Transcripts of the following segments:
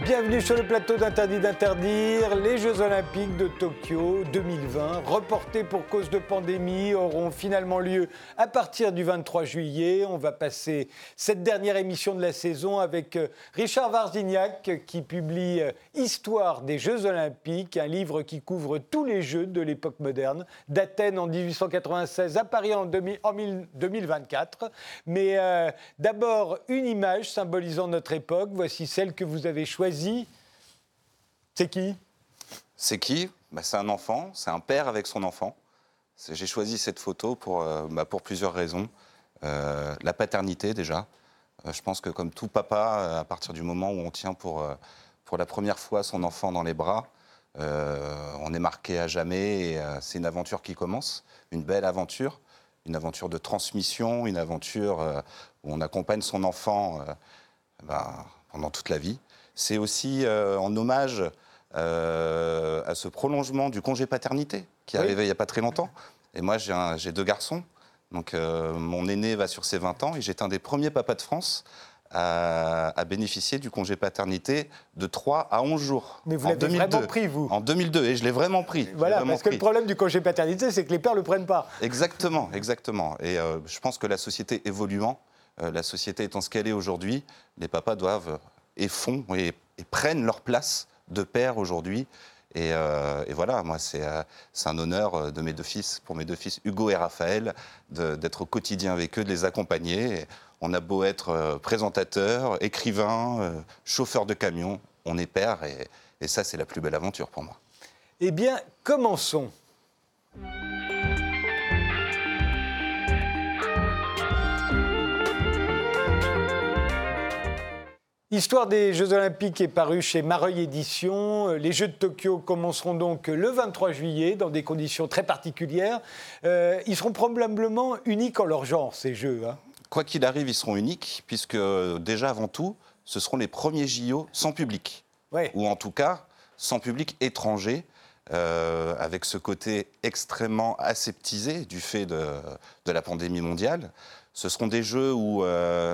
Bienvenue sur le plateau d'Interdit d'interdire. Les Jeux Olympiques de Tokyo 2020, reportés pour cause de pandémie, auront finalement lieu à partir du 23 juillet. On va passer cette dernière émission de la saison avec Richard Varzignac qui publie Histoire des Jeux Olympiques, un livre qui couvre tous les Jeux de l'époque moderne, d'Athènes en 1896 à Paris en 2024. Mais d'abord, une image symbolisant notre époque. Voici celle que vous avez choisie. C'est qui ? C'est qui ? C'est un enfant, c'est un père avec son enfant. J'ai choisi cette photo pour plusieurs raisons. La paternité déjà. Je pense que comme tout papa, à partir du moment où on tient pour la première fois son enfant dans les bras, on est marqué à jamais et c'est une aventure qui commence, une belle aventure, une aventure de transmission, une aventure où on accompagne son enfant pendant toute la vie. C'est aussi en hommage à ce prolongement du congé paternité qui est arrivé il n'y a pas très longtemps. Et moi, j'ai 2 garçons. Donc, mon aîné va sur ses 20 ans et j'étais un des premiers papas de France à bénéficier du congé paternité de 3 à 11 jours. Mais vous l'avez vraiment pris, vous ? En 2002, et je l'ai vraiment pris. Voilà, parce que le problème du congé paternité, c'est que les pères ne le prennent pas. Exactement, exactement. Et je pense que la société évoluant, la société étant ce qu'elle est aujourd'hui, les papas doivent et font et prennent leur place de père aujourd'hui. Et voilà, moi, c'est un honneur de mes 2 fils, pour mes 2 fils, Hugo et Raphaël, d'être au quotidien avec eux, de les accompagner. Et on a beau être présentateur, écrivain, chauffeur de camion, on est père et ça, c'est la plus belle aventure pour moi. Eh bien, commençons. Histoire des Jeux Olympiques est paru chez Mareuil Éditions. Les Jeux de Tokyo commenceront donc le 23 juillet dans des conditions très particulières. Ils seront probablement uniques en leur genre, ces Jeux. Quoi qu'il arrive, ils seront uniques, puisque déjà avant tout, ce seront les premiers JO sans public. Ouais. Ou en tout cas, sans public étranger, avec ce côté extrêmement aseptisé du fait de la pandémie mondiale. Ce seront des Jeux où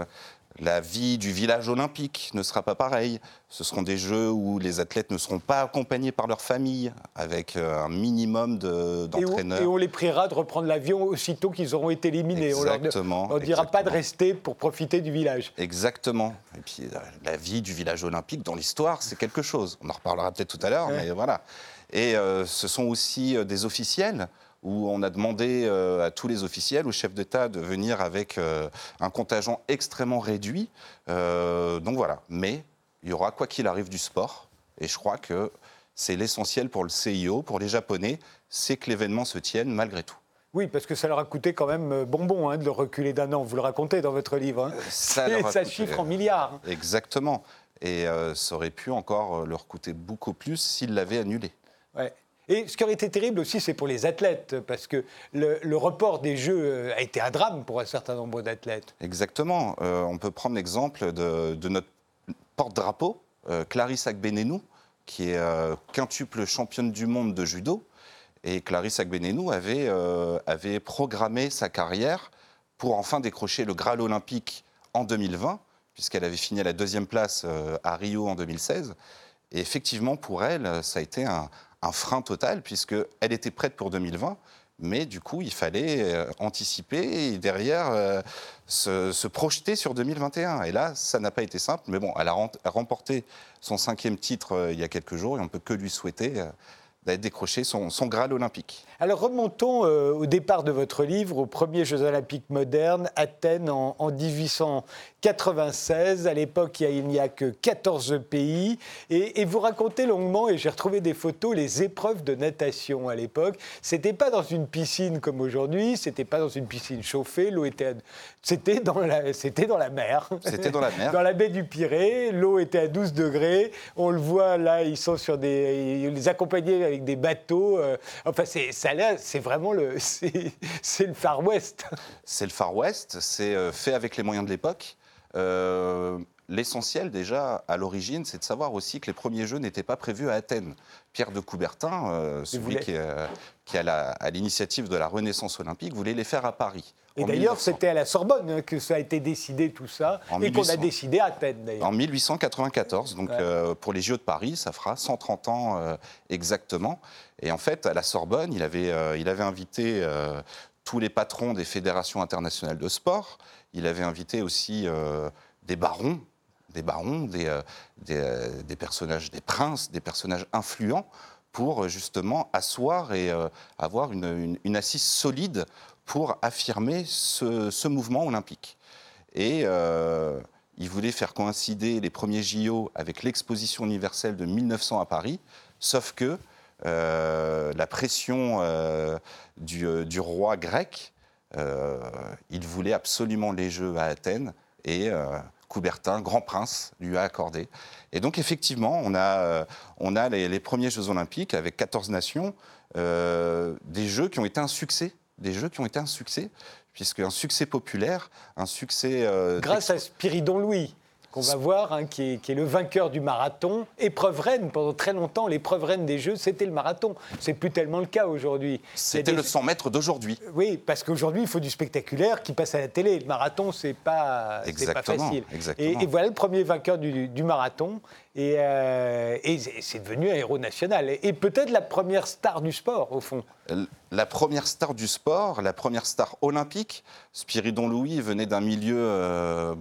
la vie du village olympique ne sera pas pareille. Ce seront des Jeux où les athlètes ne seront pas accompagnés par leur famille, avec un minimum d'entraîneurs. Et on les priera de reprendre l'avion aussitôt qu'ils auront été éliminés. Exactement. On ne dira pas de rester pour profiter du village. Exactement. Et puis la vie du village olympique dans l'histoire, c'est quelque chose. On en reparlera peut-être tout à l'heure, mais voilà. Et ce sont aussi des officiels, où on a demandé à tous les officiels, aux chefs d'État, de venir avec un contingent extrêmement réduit. Donc voilà. Mais il y aura, quoi qu'il arrive, du sport. Et je crois que c'est l'essentiel pour le CIO, pour les Japonais, c'est que l'événement se tienne malgré tout. Oui, parce que ça leur a coûté quand même bonbon de le reculer d'1 an. Vous le racontez dans votre livre. Ça chiffre en milliards. Exactement. Et ça aurait pu encore leur coûter beaucoup plus s'ils l'avaient annulé. Ouais. Et ce qui aurait été terrible aussi, c'est pour les athlètes, parce que le report des Jeux a été un drame pour un certain nombre d'athlètes. Exactement. On peut prendre l'exemple de notre porte-drapeau, Clarisse Agbenenou, qui est quintuple championne du monde de judo. Et Clarisse Agbenenou avait programmé sa carrière pour enfin décrocher le Graal olympique en 2020, puisqu'elle avait fini à la 2e place à Rio en 2016. Et effectivement, pour elle, ça a été un frein total, puisqu'elle était prête pour 2020, mais du coup, il fallait anticiper et derrière se projeter sur 2021. Et là, ça n'a pas été simple, mais bon, elle a remporté son 5e titre il y a quelques jours, et on ne peut que lui souhaiter d'être décroché son Graal olympique. Alors remontons au départ de votre livre, aux premiers Jeux olympiques modernes, Athènes en 1896. À l'époque, il n'y a que 14 pays. Et vous racontez longuement, et j'ai retrouvé des photos, les épreuves de natation à l'époque. C'était pas dans une piscine comme aujourd'hui, c'était pas dans une piscine chauffée, c'était dans la mer. C'était dans la mer. Dans la baie du Pirée, l'eau était à 12 degrés. On le voit là, ils sont ils les accompagnaient avec des bateaux. Enfin, c'est vraiment c'est le Far West. C'est le Far West, c'est fait avec les moyens de l'époque. L'essentiel, déjà, à l'origine, c'est de savoir aussi que les premiers Jeux n'étaient pas prévus à Athènes. Pierre de Coubertin, celui qui est à l'initiative de la Renaissance olympique, voulait les faire à Paris. Et d'ailleurs, c'était à la Sorbonne que ça a été décidé, tout ça, et qu'on a décidé à Athènes, d'ailleurs. En 1894, donc pour les Jeux de Paris, ça fera 130 ans exactement. Et en fait, à la Sorbonne, il avait invité tous les patrons des fédérations internationales de sport. Il avait invité aussi des barons, des personnages, des princes, des personnages influents pour justement asseoir et avoir une assise solide pour affirmer ce mouvement olympique. Et il voulait faire coïncider les premiers JO avec l'exposition universelle de 1900 à Paris, sauf que la pression du roi grec, il voulait absolument les Jeux à Athènes et Coubertin, grand prince, lui a accordé. Et donc effectivement, on a les premiers Jeux olympiques avec 14 nations, des Jeux qui ont été un succès, puisque un succès populaire, un succès... grâce à Spiridon Louis, qu'on va voir, hein, qui est le vainqueur du marathon. Épreuve reine, pendant très longtemps, l'épreuve reine des Jeux, c'était le marathon. C'est plus tellement le cas aujourd'hui. C'était le 100 mètres d'aujourd'hui. Oui, parce qu'aujourd'hui, il faut du spectaculaire qui passe à la télé. Le marathon, c'est pas facile. Exactement. Et voilà le premier vainqueur du marathon. Et c'est devenu un héros national. Et peut-être la première star du sport, au fond. La première star du sport, la première star olympique. Spiridon Louis venait d'un milieu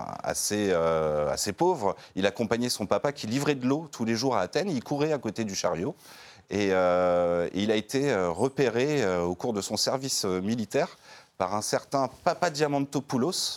assez pauvre. Il accompagnait son papa qui livrait de l'eau tous les jours à Athènes. Il courait à côté du chariot. Et il a été repéré au cours de son service militaire par un certain Papa Diamantopoulos.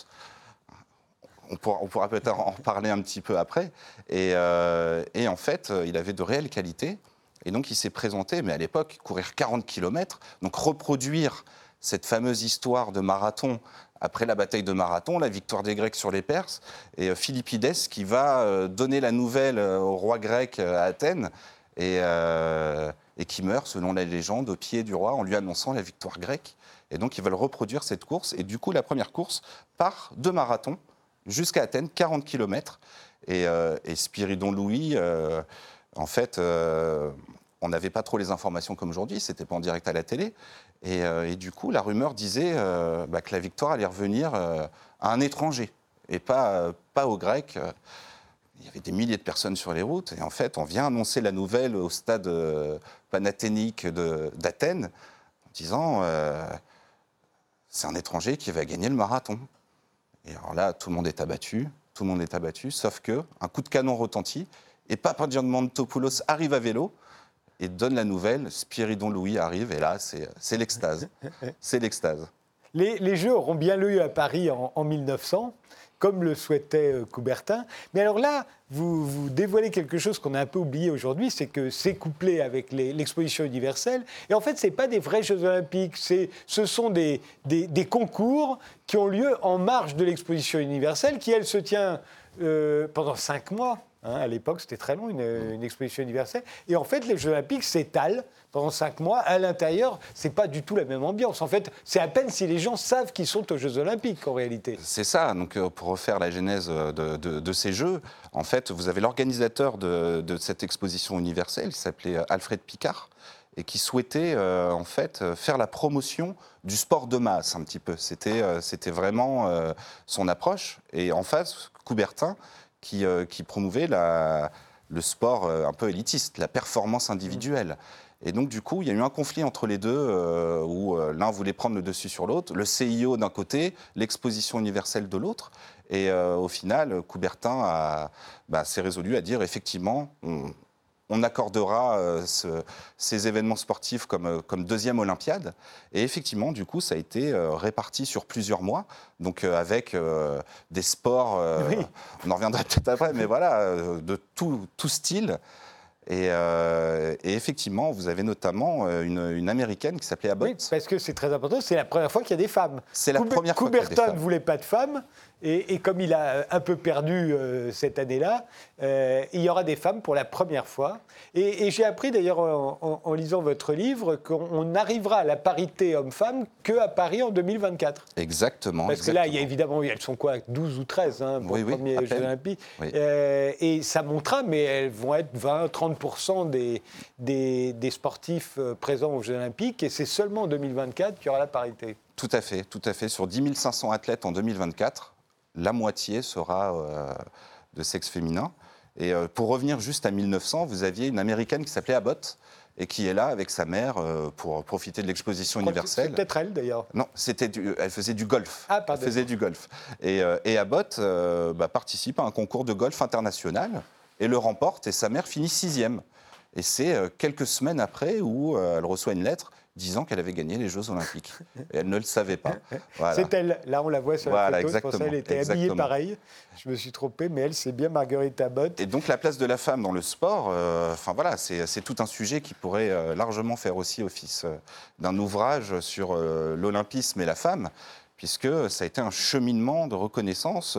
On pourra peut-être en reparler un petit peu après. Et en fait, il avait de réelles qualités. Et donc, il s'est présenté, mais à l'époque, courir 40 km, donc reproduire cette fameuse histoire de marathon après la bataille de Marathon, la victoire des Grecs sur les Perses, et Philippides qui va donner la nouvelle au roi grec à Athènes, et qui meurt, selon la légende, au pied du roi en lui annonçant la victoire grecque. Et donc, ils veulent reproduire cette course. Et du coup, la première course part de Marathon jusqu'à Athènes, 40 km. Et Spiridon Louis, en fait, on n'avait pas trop les informations comme aujourd'hui, c'était pas en direct à la télé. Et du coup, la rumeur disait que la victoire allait revenir à un étranger, et pas aux Grecs. Il y avait des milliers de personnes sur les routes. Et en fait, on vient annoncer la nouvelle au stade panathénique d'Athènes, en disant c'est un étranger qui va gagner le marathon. Et alors là, tout le monde est abattu, sauf qu'un coup de canon retentit, et Papa Diamantopoulos arrive à vélo et donne la nouvelle, Spiridon Louis arrive, et là, c'est l'extase. C'est l'extase. Les Jeux auront bien lieu à Paris en 1900, comme le souhaitait Coubertin. Mais alors là, vous dévoilez quelque chose qu'on a un peu oublié aujourd'hui, c'est que c'est couplé avec l'exposition universelle. Et en fait, ce n'est pas des vrais Jeux olympiques, ce sont des concours qui ont lieu en marge de l'exposition universelle, qui, elle, se tient pendant 5 mois. À l'époque, c'était très long, une exposition universelle. Et en fait, les Jeux olympiques s'étalent pendant 5 mois. À l'intérieur, ce n'est pas du tout la même ambiance. En fait, c'est à peine si les gens savent qu'ils sont aux Jeux olympiques, en réalité. C'est ça. Donc, pour refaire la genèse de ces Jeux, en fait, vous avez l'organisateur de cette exposition universelle, qui s'appelait Alfred Picard, et qui souhaitait, en fait, faire la promotion du sport de masse, un petit peu. C'était vraiment son approche. Et en face, Coubertin, qui promouvait le sport un peu élitiste, la performance individuelle. Et donc, du coup, il y a eu un conflit entre les deux, où l'un voulait prendre le dessus sur l'autre, le CIO d'un côté, l'exposition universelle de l'autre. Et au final, Coubertin s'est résolu à dire, effectivement, on accordera ces événements sportifs comme deuxième Olympiade. Et effectivement, du coup, ça a été réparti sur plusieurs mois, donc avec des sports, oui. on en reviendra peut-être après, mais voilà, de tout style. Et effectivement, vous avez notamment une Américaine qui s'appelait Abbott. Oui, parce que c'est très important, c'est la première fois qu'il y a des femmes. C'est la première fois qu'il y a des femmes. Coubertin ne voulait pas de femmes, et comme il a un peu perdu cette année-là, il y aura des femmes pour la première fois. Et j'ai appris d'ailleurs en lisant votre livre qu'on arrivera à la parité homme-femme qu'à Paris en 2024. Exactement. Parce que là, il y a évidemment, elles sont quoi, 12 ou 13 pour les premiers Jeux Olympiques. Oui. Et ça montera, mais elles vont être 20-30% des sportifs présents aux Jeux Olympiques, et c'est seulement en 2024 qu'il y aura la parité. Tout à fait, tout à fait. Sur 10 500 athlètes en 2024, la moitié sera de sexe féminin. Et pour revenir juste à 1900, vous aviez une Américaine qui s'appelait Abbott et qui est là avec sa mère pour profiter de l'exposition universelle. C'est peut-être elle, d'ailleurs. Non, elle faisait du golf. Ah, pardon. Elle faisait du golf. Et Abbott participe à un concours de golf international et le remporte, et sa mère finit 6e. Et c'est quelques semaines après où elle reçoit une lettre disant qu'elle avait gagné les Jeux Olympiques. Et elle ne le savait pas. Voilà. C'est elle. Là, on la voit sur la photo. Je pensais qu'elle était habillée pareil. Je me suis trompé, mais elle, c'est bien Marguerite Abbott. Et donc, la place de la femme dans le sport, c'est tout un sujet qui pourrait largement faire aussi office d'un ouvrage sur l'olympisme et la femme, puisque ça a été un cheminement de reconnaissance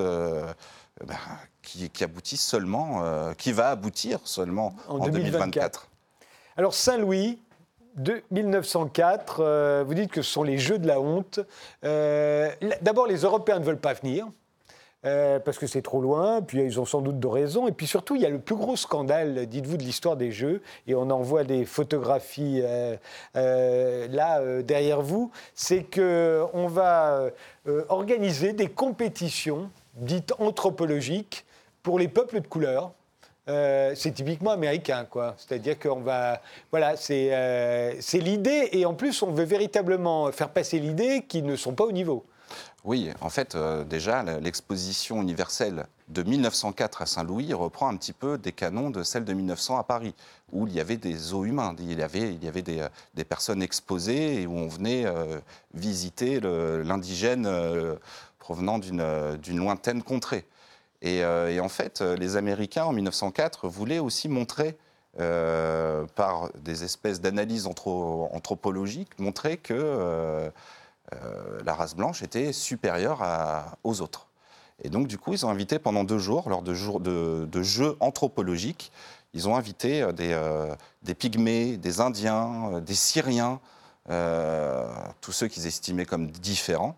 qui aboutit seulement, qui va aboutir seulement en 2024. Alors, Saint-Louis, de 1904, vous dites que ce sont les Jeux de la honte. D'abord, les Européens ne veulent pas venir, parce que c'est trop loin, puis ils ont sans doute de raisons. Et puis surtout, il y a le plus gros scandale, dites-vous, de l'histoire des Jeux, et on en voit des photographies derrière vous, c'est qu'on va organiser des compétitions dites anthropologiques pour les peuples de couleur. C'est typiquement américain, quoi. C'est-à-dire qu'on va... Voilà, c'est l'idée, et en plus, on veut véritablement faire passer l'idée qu'ils ne sont pas au niveau. Oui, en fait, déjà, l'exposition universelle de 1904 à Saint-Louis reprend un petit peu des canons de celle de 1900 à Paris, où il y avait des os humains, il y avait des personnes exposées, et où on venait visiter l'indigène provenant d'une lointaine contrée. Et en fait, les Américains, en 1904, voulaient aussi montrer, par des espèces d'analyses anthropologiques, montrer que la race blanche était supérieure aux autres. Et donc, du coup, ils ont invité pendant 2 jours, lors de jeux anthropologiques, ils ont invité des Pygmées, des Indiens, des Syriens, tous ceux qu'ils estimaient comme différents.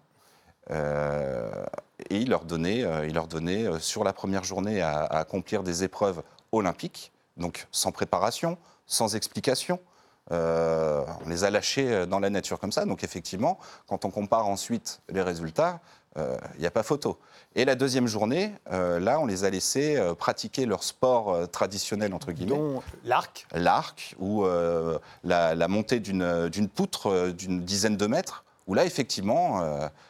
Et il leur donnait sur la première journée à accomplir des épreuves olympiques, donc sans préparation, sans explication. On les a lâchés dans la nature comme ça. Donc effectivement, quand on compare ensuite les résultats, il n'y a pas photo. Et la deuxième journée, là, on les a laissés pratiquer leur sport traditionnel, entre guillemets. Dont l'arc. L'arc, ou la montée d'une poutre d'une dizaine de mètres, où là, effectivement...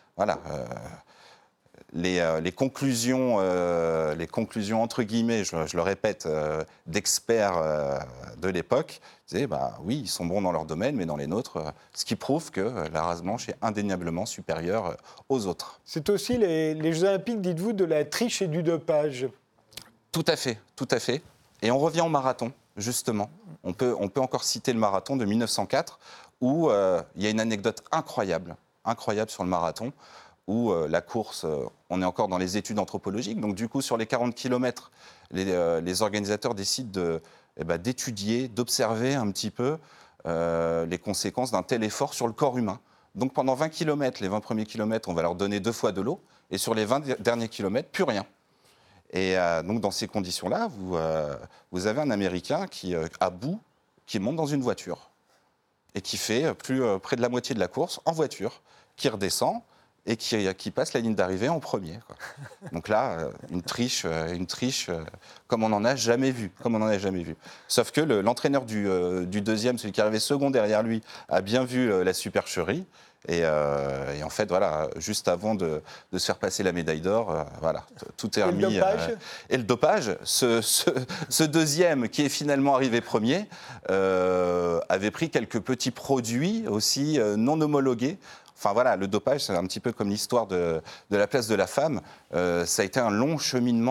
Les conclusions entre guillemets, je le répète, d'experts de l'époque, disaient oui, ils sont bons dans leur domaine, mais dans les nôtres, ce qui prouve que la race blanche est indéniablement supérieure aux autres. C'est aussi les Jeux Olympiques, dites-vous, de la triche et du dopage. Tout à fait, tout à fait. Et on revient au marathon, justement. On peut encore citer le marathon de 1904, où il y a une anecdote incroyable sur le marathon, où la course, on est encore dans les études anthropologiques, donc du coup sur les 40 km, les organisateurs décident d'étudier, d'observer un petit peu les conséquences d'un tel effort sur le corps humain. Donc pendant 20 km, les 20 premiers kilomètres, on va leur donner 2 fois de l'eau, et sur les 20 derniers kilomètres, plus rien. Et donc dans ces conditions-là, vous avez un Américain à bout, qui monte dans une voiture, et qui fait près de la moitié de la course en voiture, qui redescend et qui passe la ligne d'arrivée en premier, quoi. Donc là, une triche comme on n'en a jamais vu. Sauf que l'entraîneur du deuxième, celui qui arrivait second derrière lui, a bien vu la supercherie. Et en fait, voilà, juste avant de se faire passer la médaille d'or, tout est remis. Et le dopage, ce deuxième qui est finalement arrivé premier, avait pris quelques petits produits aussi non homologués. Enfin voilà, le dopage, c'est un petit peu comme l'histoire de la place de la femme. Ça a été un long cheminement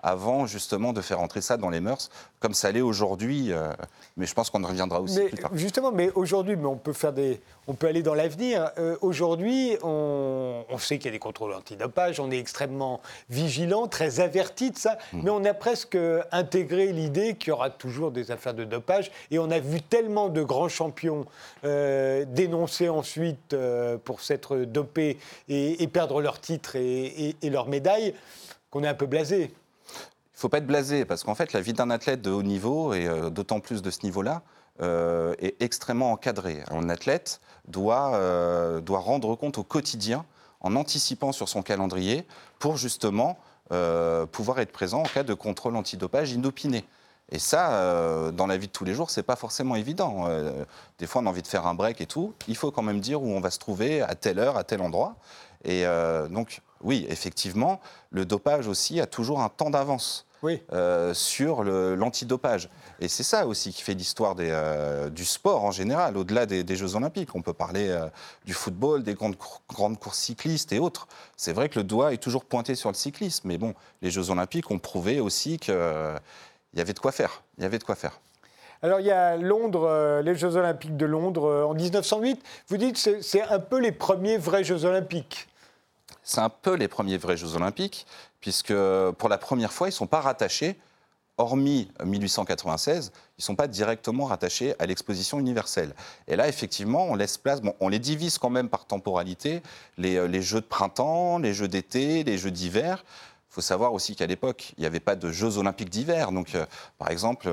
avant justement de faire entrer ça dans les mœurs, comme ça l'est aujourd'hui. Mais je pense qu'on y reviendra aussi plus tard. Justement, mais aujourd'hui, on peut aller dans l'avenir. Aujourd'hui, on sait qu'il y a des contrôles antidopage, on est extrêmement vigilant, très averti de ça, mais on a presque intégré l'idée qu'il y aura toujours des affaires de dopage. Et on a vu tellement de grands champions dénoncés ensuite pour s'être dopés et perdre leur titre et leur médaille qu'on est un peu blasé. Il ne faut pas être blasé, parce qu'en fait, la vie d'un athlète de haut niveau, et d'autant plus de ce niveau-là, est extrêmement encadrée. Un athlète doit rendre compte au quotidien, en anticipant sur son calendrier, pour justement pouvoir être présent en cas de contrôle antidopage inopiné. Et ça, dans la vie de tous les jours, c'est pas forcément évident. Des fois, on a envie de faire un break et tout. Il faut quand même dire où on va se trouver, à telle heure, à tel endroit. Et donc, oui, effectivement, le dopage aussi a toujours un temps d'avance. Oui. Sur l'antidopage. Et c'est ça aussi qui fait l'histoire du sport en général, au-delà des Jeux Olympiques. On peut parler du football, des grandes courses cyclistes et autres. C'est vrai que le doigt est toujours pointé sur le cyclisme, mais bon, les Jeux Olympiques ont prouvé aussi qu'il y avait de quoi faire. Il y avait de quoi faire. Alors, il y a Londres, les Jeux Olympiques de Londres en 1908. Vous dites que c'est un peu les premiers vrais Jeux Olympiques. C'est un peu les premiers vrais Jeux Olympiques, puisque pour la première fois, ils ne sont pas rattachés, hormis 1896, ils ne sont pas directement rattachés à l'exposition universelle. Et là, effectivement, on laisse place, on les divise quand même par temporalité, les Jeux de printemps, les Jeux d'été, les Jeux d'hiver. Il faut savoir aussi qu'à l'époque, il n'y avait pas de Jeux Olympiques d'hiver. Donc, par exemple,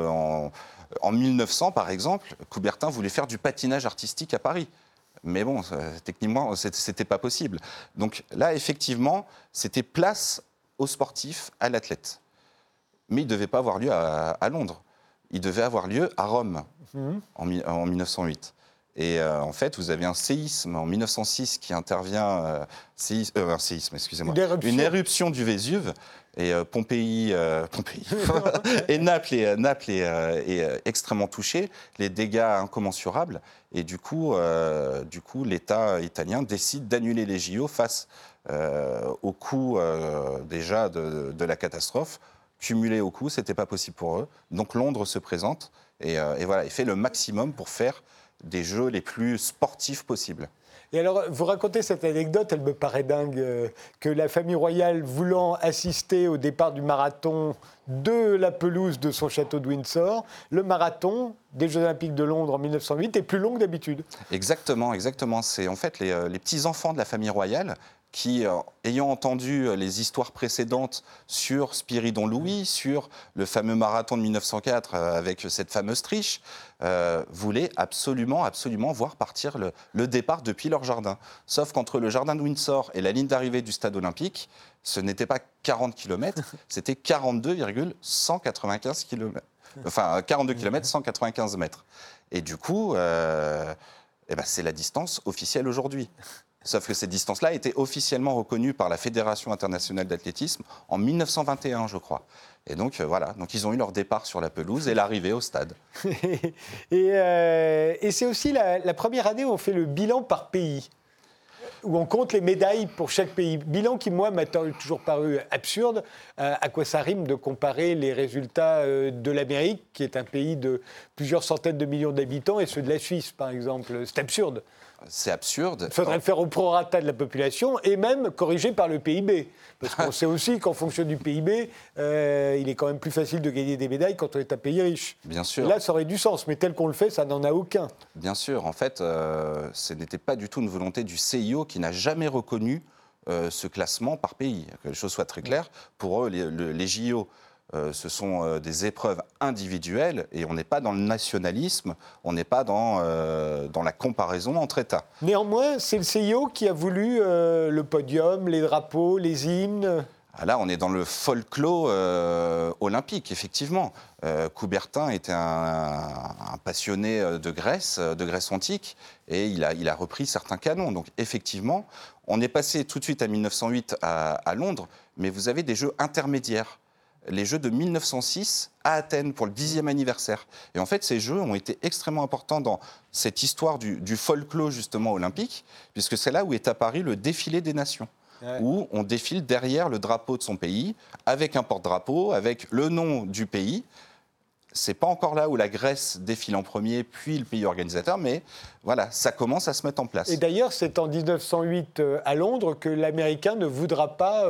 en 1900, par exemple, Coubertin voulait faire du patinage artistique à Paris. Mais bon, techniquement, c'était pas possible. Donc là, effectivement, c'était place aux sportifs, à l'athlète. Mais il ne devait pas avoir lieu à Londres. Il devait avoir lieu à Rome en 1908. Et en fait, vous avez un séisme en 1906 qui intervient, un séisme, excusez-moi, une éruption du Vésuve. Et Pompéi et Naples est extrêmement touché, les dégâts incommensurables. Et du coup, l'État italien décide d'annuler les JO face au coût déjà de la catastrophe. Cumulé au coût, ce n'était pas possible pour eux. Donc Londres se présente et voilà, il fait le maximum pour faire des Jeux les plus sportifs possibles. Et alors, vous racontez cette anecdote, elle me paraît dingue, que la famille royale, voulant assister au départ du marathon de la pelouse de son château de Windsor, le marathon des Jeux Olympiques de Londres en 1908 est plus long que d'habitude. Exactement. C'est en fait les petits-enfants de la famille royale qui, ayant entendu les histoires précédentes sur Spiridon Louis, sur le fameux marathon de 1904 avec cette fameuse triche, voulaient absolument voir partir le départ depuis leur jardin. Sauf qu'entre le jardin de Windsor et la ligne d'arrivée du stade olympique, ce n'était pas 40 km, c'était 42,195 km. Enfin, 42 km, 195 mètres. Et du coup, c'est la distance officielle aujourd'hui. Sauf que cette distance-là a été officiellement reconnue par la Fédération internationale d'athlétisme en 1921, je crois. Et donc, voilà. Donc, ils ont eu leur départ sur la pelouse et l'arrivée au stade. et c'est aussi la première année où on fait le bilan par pays, où on compte les médailles pour chaque pays. Bilan qui, moi, m'a toujours paru absurde. À quoi ça rime de comparer les résultats de l'Amérique, qui est un pays de plusieurs centaines de millions d'habitants, et ceux de la Suisse, par exemple. C'est absurde. C'est absurde. Il faudrait le faire au prorata de la population et même corrigé par le PIB. Parce qu'on sait aussi qu'en fonction du PIB, il est quand même plus facile de gagner des médailles quand on est un pays riche. Bien sûr. Là, ça aurait du sens, mais tel qu'on le fait, ça n'en a aucun. Bien sûr. En fait, ce n'était pas du tout une volonté du CIO qui n'a jamais reconnu ce classement par pays. Que les choses soient très claires. Pour eux, les JO, ce sont des épreuves individuelles et on n'est pas dans le nationalisme, on n'est pas dans la comparaison entre États. Néanmoins, c'est le CIO qui a voulu le podium, les drapeaux, les hymnes. Là, on est dans le folklore olympique, effectivement. Coubertin était un passionné de Grèce antique, et il a repris certains canons. Donc, effectivement, on est passé tout de suite à 1908 à Londres, mais vous avez des jeux intermédiaires. Les Jeux de 1906 à Athènes pour le 10e anniversaire. Et en fait, ces Jeux ont été extrêmement importants dans cette histoire du folklore, justement, olympique, puisque c'est là où est apparu le défilé des nations. où on défile derrière le drapeau de son pays, avec un porte-drapeau, avec le nom du pays. C'est pas encore là où la Grèce défile en premier, puis le pays organisateur, mais voilà, ça commence à se mettre en place. Et d'ailleurs, c'est en 1908 à Londres que l'Américain ne voudra pas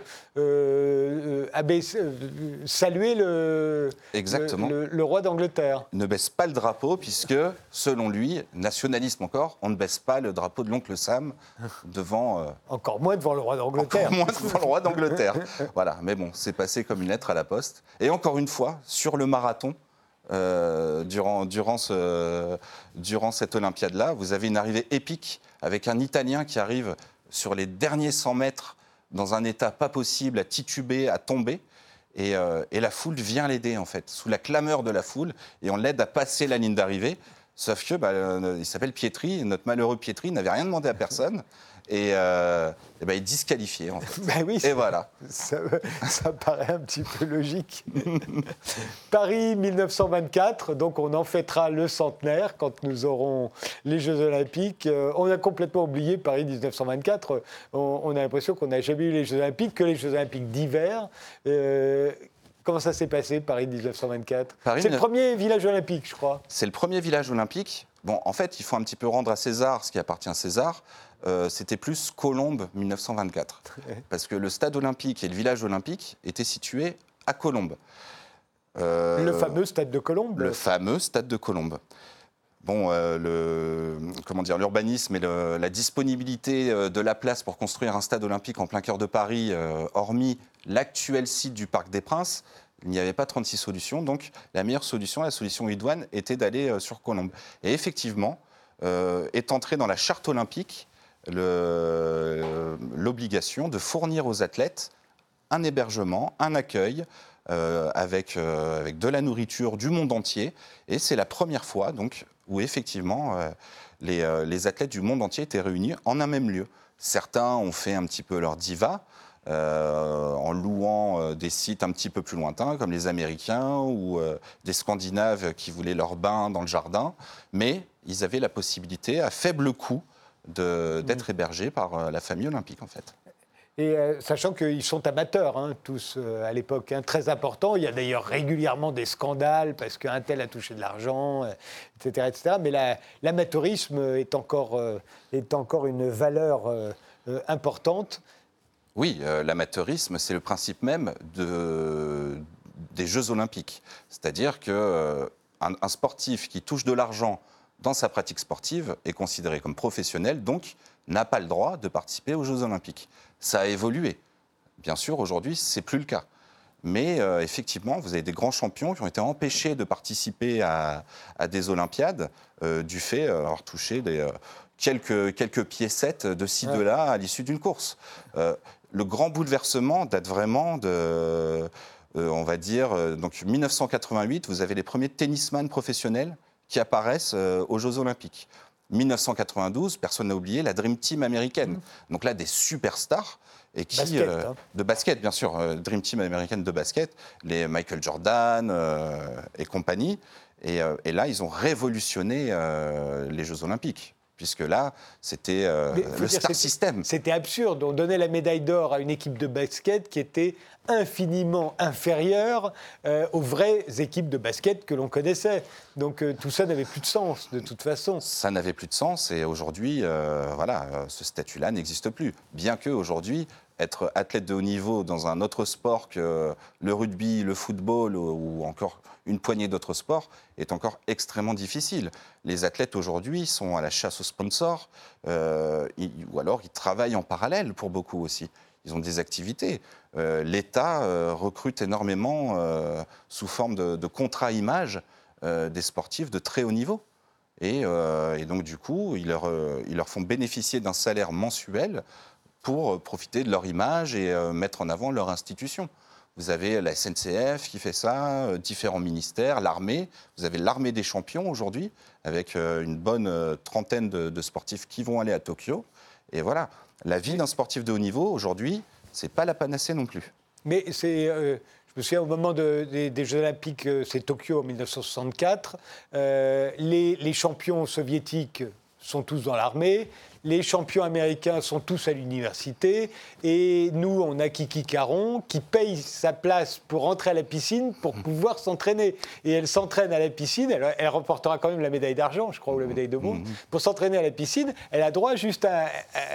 saluer le roi d'Angleterre. Ne baisse pas le drapeau, puisque, selon lui, nationalisme encore, on ne baisse pas le drapeau de l'oncle Sam devant... Encore moins devant le roi d'Angleterre. Encore moins devant le roi d'Angleterre. Voilà, mais bon, c'est passé comme une lettre à la poste. Et encore une fois, sur le marathon, durant cette Olympiade-là, vous avez une arrivée épique avec un Italien qui arrive sur les derniers 100 mètres dans un état pas possible, à tituber, à tomber. Et la foule vient l'aider, en fait, sous la clameur de la foule, et on l'aide à passer la ligne d'arrivée. Sauf que il s'appelle Pietri, notre malheureux Pietri n'avait rien demandé à personne. Et il est disqualifié, en fait. Ben oui, et voilà. Ça paraît un petit peu logique. Paris 1924, donc on en fêtera le centenaire quand nous aurons les Jeux Olympiques. On a complètement oublié Paris 1924. On a l'impression qu'on n'a jamais eu les Jeux Olympiques, que les Jeux Olympiques d'hiver. Comment ça s'est passé, Paris 1924 ? C'est le premier village olympique, je crois. C'est le premier village olympique. Bon, en fait, il faut un petit peu rendre à César ce qui appartient à César. C'était plus Colombes 1924. Parce que le stade olympique et le village olympique étaient situés à Colombes. Le fameux stade de Colombes. Le fameux stade de Colombes. Bon, l'urbanisme et la disponibilité de la place pour construire un stade olympique en plein cœur de Paris, hormis l'actuel site du Parc des Princes, il n'y avait pas 36 solutions. Donc, la meilleure solution, la solution idoine, était d'aller sur Colombes. Et effectivement, est entrée dans la charte olympique l'obligation de fournir aux athlètes un hébergement, un accueil, avec de la nourriture du monde entier. Et c'est la première fois donc, où effectivement les athlètes du monde entier étaient réunis en un même lieu. Certains ont fait un petit peu leur diva en louant des sites un petit peu plus lointains, comme les Américains ou des Scandinaves qui voulaient leur bain dans le jardin. Mais ils avaient la possibilité, à faible coût, d'être hébergés par la famille olympique, en fait. Et sachant qu'ils sont amateurs, tous, à l'époque, très important. Il y a d'ailleurs régulièrement des scandales parce qu'un tel a touché de l'argent, etc., etc. Mais l'amateurisme est encore une valeur importante. Oui, l'amateurisme, c'est le principe même des Jeux olympiques. C'est-à-dire qu'un sportif qui touche de l'argent dans sa pratique sportive est considéré comme professionnel, donc n'a pas le droit de participer aux Jeux olympiques. Ça a évolué. Bien sûr, aujourd'hui, ce n'est plus le cas. Mais effectivement, vous avez des grands champions qui ont été empêchés de participer à des Olympiades du fait d'avoir touché quelques piécettes de ci, de là à l'issue d'une course. Le grand bouleversement date vraiment de, on va dire, donc 1988, vous avez les premiers tennisman professionnels qui apparaissent aux Jeux Olympiques. 1992, personne n'a oublié la Dream Team américaine. Donc là, des superstars. Et qui, de basket, bien sûr, Dream Team américaine de basket, les Michael Jordan et compagnie. Et là, ils ont révolutionné les Jeux Olympiques. Puisque là, c'était le star system. C'était absurde. On donnait la médaille d'or à une équipe de basket qui était infiniment inférieure aux vraies équipes de basket que l'on connaissait. Donc tout ça n'avait plus de sens, de toute façon. Ça n'avait plus de sens et aujourd'hui, ce statut-là n'existe plus. Bien qu'aujourd'hui, être athlète de haut niveau dans un autre sport que le rugby, le football ou encore une poignée d'autres sports est encore extrêmement difficile. Les athlètes aujourd'hui sont à la chasse aux sponsors ou alors ils travaillent en parallèle pour beaucoup aussi. Ils ont des activités. L'État recrute énormément sous forme de contrats images des sportifs de très haut niveau. Et donc du coup, ils leur font bénéficier d'un salaire mensuel pour profiter de leur image et mettre en avant leur institution. Vous avez la SNCF qui fait ça, différents ministères, l'armée. Vous avez l'armée des champions aujourd'hui, avec une bonne trentaine de sportifs qui vont aller à Tokyo. Et voilà, la vie d'un sportif de haut niveau, aujourd'hui, c'est pas la panacée non plus. Mais c'est... je me souviens, au moment des Jeux Olympiques, c'est Tokyo en 1964, les champions soviétiques sont tous dans l'armée. les champions américains sont tous à l'université et nous, on a Kiki Caron qui paye sa place pour entrer à la piscine pour pouvoir s'entraîner. Et elle s'entraîne à la piscine, elle remportera quand même la médaille d'argent, je crois, ou la médaille de bronze. Pour s'entraîner à la piscine, elle a droit juste à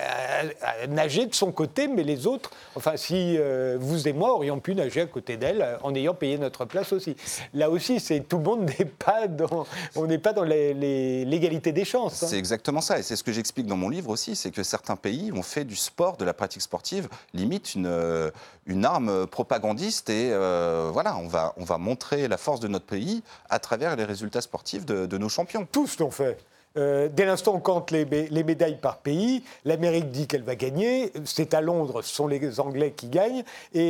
nager de son côté, mais les autres, enfin, si vous et moi aurions pu nager à côté d'elle en ayant payé notre place aussi. Là aussi, tout le monde n'est pas dans l'égalité des chances. C'est exactement ça, et c'est ce que j'explique dans mon livre aussi, c'est que certains pays ont fait du sport, de la pratique sportive, limite une arme propagandiste, et voilà, on va montrer la force de notre pays à travers les résultats sportifs de nos champions. Tous l'ont fait. Dès l'instant où on compte les médailles par pays, l'Amérique dit qu'elle va gagner, c'est à Londres, ce sont les Anglais qui gagnent,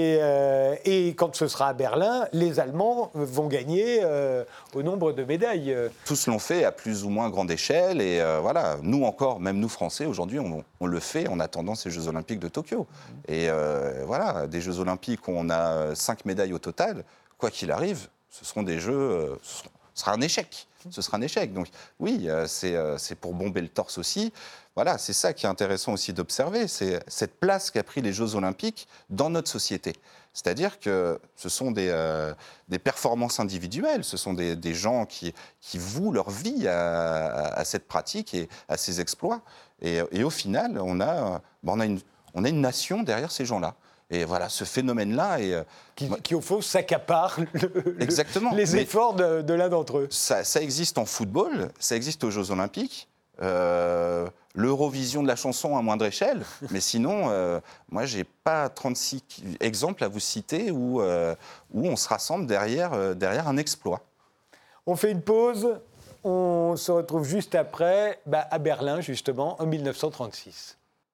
et quand ce sera à Berlin, les Allemands vont gagner au nombre de médailles. Tous l'ont fait à plus ou moins grande échelle, et voilà, nous encore, même nous Français, aujourd'hui, on le fait en attendant ces Jeux Olympiques de Tokyo. Et voilà, des Jeux Olympiques où on a 5 médailles au total, quoi qu'il arrive, ce seront des Jeux, ce sera un échec. Ce sera un échec. Donc oui, c'est pour bomber le torse aussi. Voilà, c'est ça qui est intéressant aussi d'observer, c'est cette place qu'a pris les Jeux Olympiques dans notre société. C'est-à-dire que ce sont des performances individuelles, ce sont des gens qui vouent leur vie à cette pratique et à ces exploits. Et au final, on a une nation derrière ces gens-là. Et voilà, ce phénomène-là qui au fond, s'accapare les efforts de l'un d'entre eux. Ça existe en football, ça existe aux Jeux Olympiques, l'Eurovision de la chanson à moindre échelle, mais sinon, moi, je n'ai pas 36 exemples à vous citer où on se rassemble derrière un exploit. On fait une pause, on se retrouve juste après, à Berlin, justement, en 1936.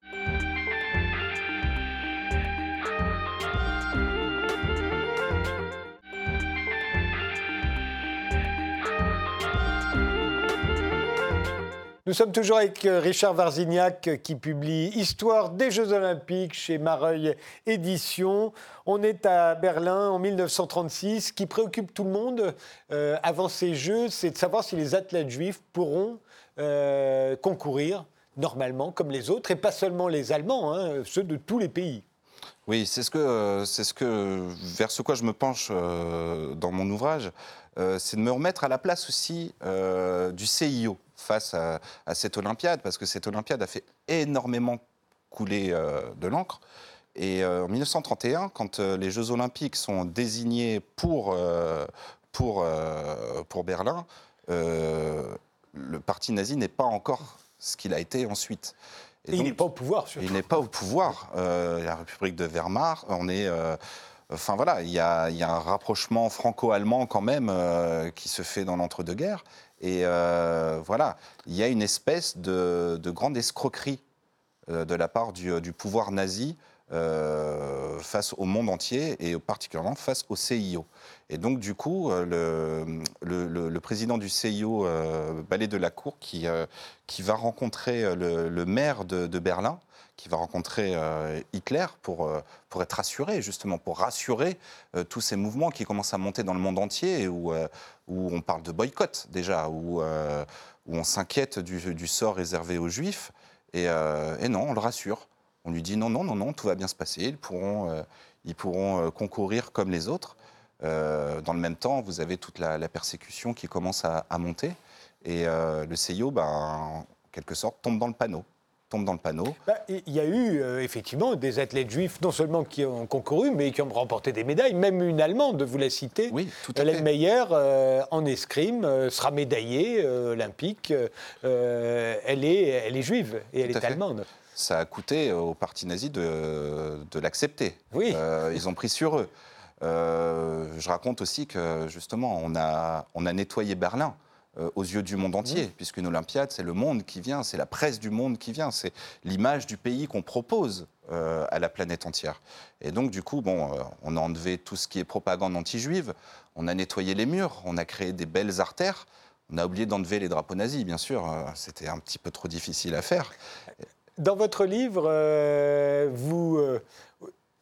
Nous sommes toujours avec Richard Varzignac qui publie Histoire des Jeux Olympiques chez Mareuil Éditions. On est à Berlin en 1936. Ce qui préoccupe tout le monde avant ces Jeux, c'est de savoir si les athlètes juifs pourront concourir normalement comme les autres, et pas seulement les Allemands, ceux de tous les pays. Oui, c'est ce que vers ce quoi je me penche dans mon ouvrage, c'est de me remettre à la place aussi du CIO face à cette Olympiade, parce que cette Olympiade a fait énormément couler de l'encre. Et en 1931, quand les Jeux Olympiques sont désignés pour Berlin, le parti nazi n'est pas encore ce qu'il a été ensuite. Et donc, il n'est pas au pouvoir, surtout. Il n'est pas au pouvoir. La République de Weimar, on est... Enfin voilà, il y a un rapprochement franco-allemand quand même qui se fait dans l'entre-deux-guerres. Et voilà, il y a une espèce de grande escroquerie de la part du pouvoir nazi face au monde entier et particulièrement face au CIO. Et donc du coup, le président du CIO, Ballet de la Cour, qui va rencontrer le maire de Berlin, qui va rencontrer Hitler pour être rassuré, justement, pour rassurer tous ces mouvements qui commencent à monter dans le monde entier, et où on parle de boycott déjà, où on s'inquiète du sort réservé aux Juifs. Et non, on le rassure. On lui dit non, tout va bien se passer, ils pourront concourir comme les autres. Dans le même temps, vous avez toute la persécution qui commence à monter. Et le CIO, en quelque sorte, tombe dans le panneau. Il y a eu effectivement des athlètes juifs, non seulement qui ont concouru, mais qui ont remporté des médailles. Même une Allemande, vous la citez, oui, tout à fait. Hélène Meyer, en escrime, sera médaillée olympique. Elle est juive et elle est allemande. Ça a coûté au parti nazi de l'accepter. Oui. Ils ont pris sur eux. Je raconte aussi que, justement, on a nettoyé Berlin aux yeux du monde entier, puisqu'une Olympiade, c'est le monde qui vient, c'est la presse du monde qui vient, c'est l'image du pays qu'on propose à la planète entière. Et donc, du coup, on a enlevé tout ce qui est propagande anti-juive, on a nettoyé les murs, on a créé des belles artères, on a oublié d'enlever les drapeaux nazis, bien sûr, c'était un petit peu trop difficile à faire. Dans votre livre,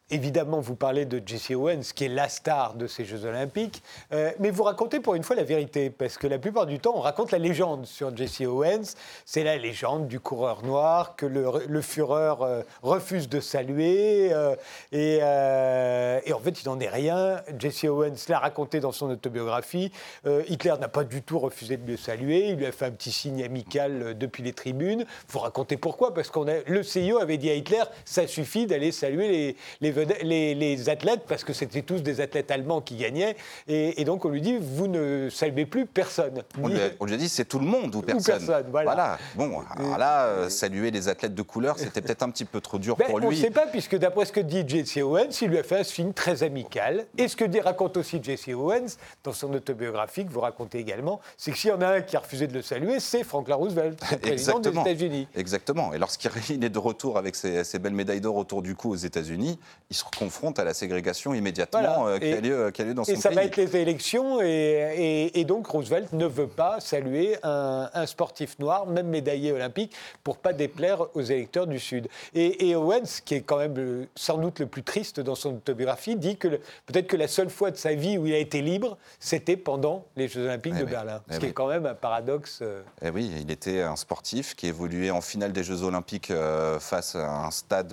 Évidemment, vous parlez de Jesse Owens, qui est la star de ces Jeux Olympiques, mais vous racontez pour une fois la vérité, parce que la plupart du temps, on raconte la légende sur Jesse Owens. C'est la légende du coureur noir que le Führer refuse de saluer, et en fait, il n'en est rien. Jesse Owens l'a raconté dans son autobiographie. Hitler n'a pas du tout refusé de le saluer, il lui a fait un petit signe amical depuis les tribunes. Vous racontez pourquoi, parce que le CIO avait dit à Hitler, ça suffit d'aller saluer les athlètes, parce que c'était tous des athlètes allemands qui gagnaient, et donc on lui dit, vous ne saluez plus personne. On lui a dit, c'est tout le monde ou personne. Voilà. Bon, alors là, saluer les athlètes de couleur, c'était peut-être un petit peu trop dur pour lui. On ne sait pas, puisque d'après ce que dit Jesse Owens, il lui a fait un signe très amical, et ce que raconte aussi Jesse Owens, dans son autobiographie, que vous racontez également, c'est que s'il y en a un qui a refusé de le saluer, c'est Franklin Roosevelt, le président des États-Unis. Exactement. Et lorsqu'il est de retour avec ses belles médailles d'or autour du cou aux États-Unis, il se confronte à la ségrégation immédiatement qui a lieu dans son pays. Et ça va être les élections, et donc Roosevelt ne veut pas saluer un sportif noir, même médaillé olympique, pour ne pas déplaire aux électeurs du Sud. Et Owens, qui est quand même sans doute le plus triste dans son autobiographie, dit que peut-être que la seule fois de sa vie où il a été libre, c'était pendant les Jeux Olympiques de Berlin. Ce qui est quand même un paradoxe. Eh oui, il était un sportif qui évoluait en finale des Jeux Olympiques face à un stade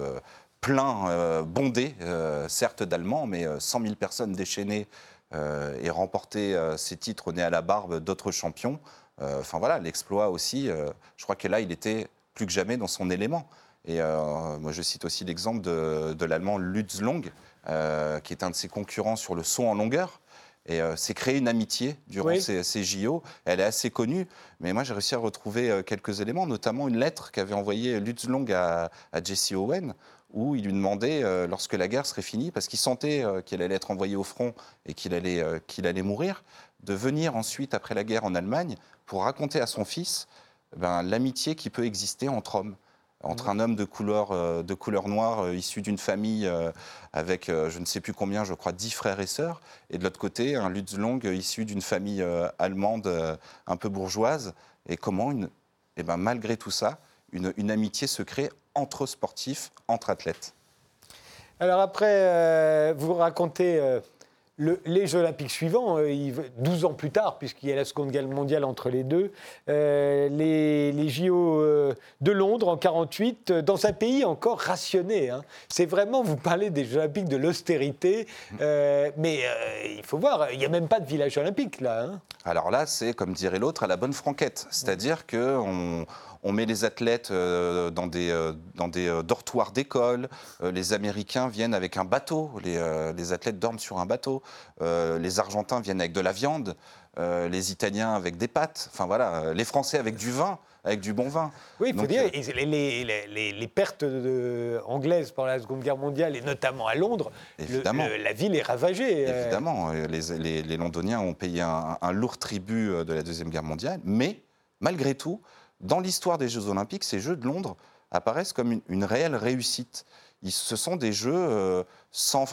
plein, bondé, certes d'Allemands, mais 100 000 personnes déchaînées et remporter ces titres au nez à la barbe d'autres champions. Enfin voilà, l'exploit aussi, je crois que là, il était plus que jamais dans son élément. Et moi, je cite aussi l'exemple de l'Allemand Lutz Long, qui est un de ses concurrents sur le saut en longueur. Et s'est créé une amitié durant ces JO. Elle est assez connue, mais moi j'ai réussi à retrouver quelques éléments, notamment une lettre qu'avait envoyée Lutz Long à Jesse Owens, où il lui demandait, lorsque la guerre serait finie, parce qu'il sentait qu'il allait être envoyé au front et qu'il allait mourir, de venir ensuite, après la guerre en Allemagne, pour raconter à son fils l'amitié qui peut exister entre hommes. Entre un homme de couleur noire issu d'une famille avec je ne sais plus combien, je crois 10 frères et sœurs, et de l'autre côté un Lutz Long issu d'une famille allemande un peu bourgeoise, et comment malgré tout ça, une amitié se crée entre sportifs, entre athlètes. Alors après, vous racontez les Jeux Olympiques suivants, 12 ans plus tard, puisqu'il y a la Seconde Guerre mondiale entre les deux, les JO de Londres en 1948, dans un pays encore rationné. C'est vraiment, vous parlez des Jeux Olympiques de l'austérité, mais il faut voir, il n'y a même pas de village olympique là. Alors là, c'est, comme dirait l'autre, à la bonne franquette. C'est-à-dire qu'on met les athlètes dans des dortoirs d'école. Les Américains viennent avec un bateau. Les athlètes dorment sur un bateau. Les Argentins viennent avec de la viande. Les Italiens avec des pâtes. Enfin voilà, les Français avec du vin, avec du bon vin. Oui, il faut dire, les pertes anglaises pendant la Seconde Guerre mondiale, et notamment à Londres, la ville est ravagée. Évidemment, les Londoniens ont payé un lourd tribut de la Deuxième Guerre mondiale, mais malgré tout, dans l'histoire des Jeux Olympiques, ces Jeux de Londres apparaissent comme une réelle réussite. Ce sont des Jeux sans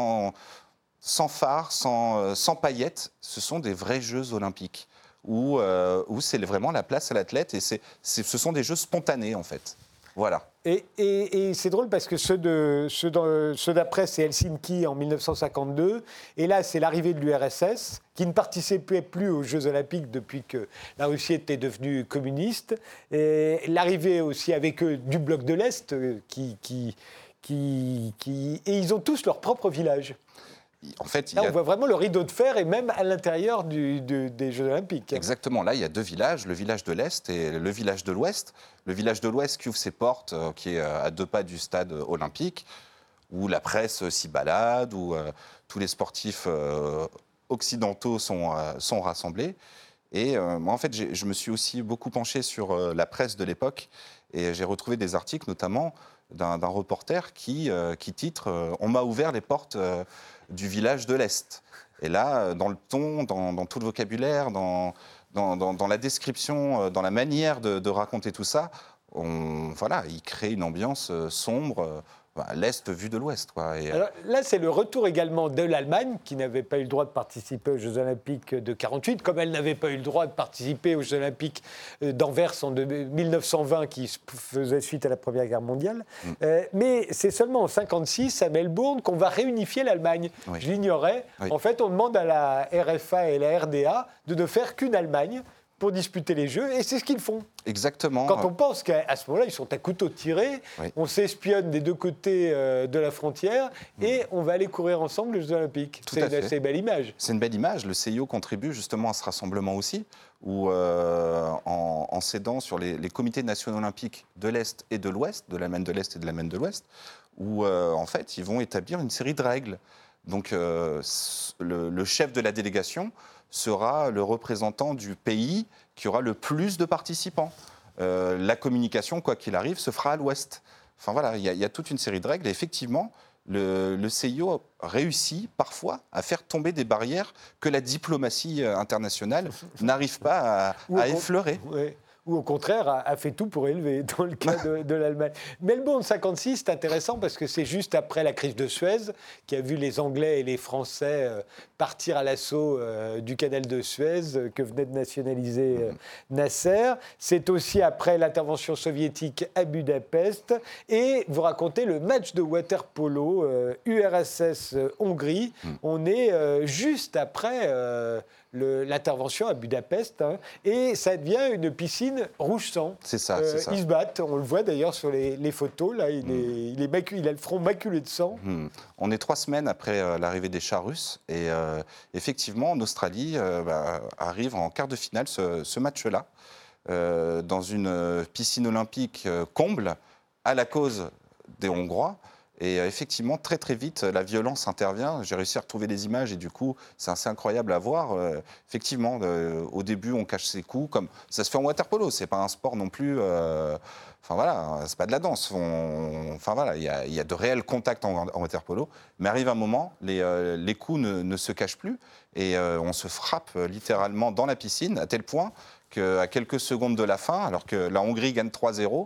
phare, sans paillettes. Ce sont des vrais Jeux Olympiques où c'est vraiment la place à l'athlète, et ce sont des Jeux spontanés en fait. Voilà. Et c'est drôle parce que ceux d'après, c'est Helsinki en 1952. Et là, c'est l'arrivée de l'URSS, qui ne participait plus aux Jeux Olympiques depuis que la Russie était devenue communiste. Et l'arrivée aussi avec eux du bloc de l'Est, et ils ont tous leur propre village. En fait, là, on voit vraiment le rideau de fer, et même à l'intérieur des Jeux Olympiques. Exactement. Là, il y a deux villages, le village de l'Est et le village de l'Ouest. Le village de l'Ouest qui ouvre ses portes, qui est à 2 pas du stade olympique, où la presse s'y balade, où tous les sportifs occidentaux sont rassemblés. Et moi, en fait, je me suis aussi beaucoup penché sur la presse de l'époque, et j'ai retrouvé des articles, notamment d'un reporter qui titre « On m'a ouvert les portes du village de l'Est ». Et là, dans le ton, dans tout le vocabulaire, dans la description, dans la manière de raconter tout ça, il crée une ambiance sombre, l'Est vu de l'Ouest, quoi. Et, alors, là, c'est le retour également de l'Allemagne, qui n'avait pas eu le droit de participer aux Jeux Olympiques de 1948, comme elle n'avait pas eu le droit de participer aux Jeux Olympiques d'Anvers en 1920, qui faisait suite à la Première Guerre mondiale. Mais c'est seulement en 1956, à Melbourne, qu'on va réunifier l'Allemagne. Oui. Je l'ignorais. Oui. En fait, on demande à la RFA et la RDA de ne faire qu'une Allemagne pour disputer les Jeux, et c'est ce qu'ils font. Exactement. Quand on pense qu'à ce moment-là, ils sont à couteau tiré, Oui. on s'espionne des deux côtés de la frontière, et on va aller courir ensemble les Jeux Olympiques. Tout C'est à une fait. assez belle image. C'est une belle image. Le CIO contribue justement à ce rassemblement aussi, où en s'aidant sur les comités nationaux olympiques de l'Est et de l'Ouest, de l'Allemagne de l'Est et de l'Allemagne de l'Ouest, où en fait, ils vont établir une série de règles. Donc, le chef de la délégation sera le représentant du pays qui aura le plus de participants. La communication, quoi qu'il arrive, se fera à l'Ouest. Enfin voilà, il y a toute une série de règles. Et effectivement, le CIO réussit parfois à faire tomber des barrières que la diplomatie internationale n'arrive pas à effleurer. Ouais. Ou au contraire, a fait tout pour élever, dans le cas de l'Allemagne. Melbourne 56, c'est intéressant parce que c'est juste après la crise de Suez, qui a vu les Anglais et les Français partir à l'assaut du canal de Suez, que venait de nationaliser Nasser. C'est aussi après l'intervention soviétique à Budapest. Et vous racontez le match de water-polo URSS-Hongrie. On est juste après l'intervention à Budapest, hein, et ça devient une piscine rouge sang. C'est ça, c'est ça. Ils se battent, on le voit d'ailleurs sur les photos, là, il a le front maculé de sang. On est 3 semaines après l'arrivée des chars russes, et effectivement, en Australie, arrive en quart de finale ce match-là, dans une piscine olympique comble, à la cause des Hongrois. Et effectivement, très très vite, la violence intervient. J'ai réussi à retrouver les images et du coup, c'est assez incroyable à voir. Effectivement, au début, on cache ses coups, comme ça se fait en water-polo. C'est pas un sport non plus. Enfin voilà, c'est pas de la danse. Enfin voilà, il y a de réels contacts en water-polo. Mais arrive un moment, les coups ne se cachent plus et on se frappe littéralement dans la piscine, à tel point qu'à quelques secondes de la fin, alors que la Hongrie gagne 3-0,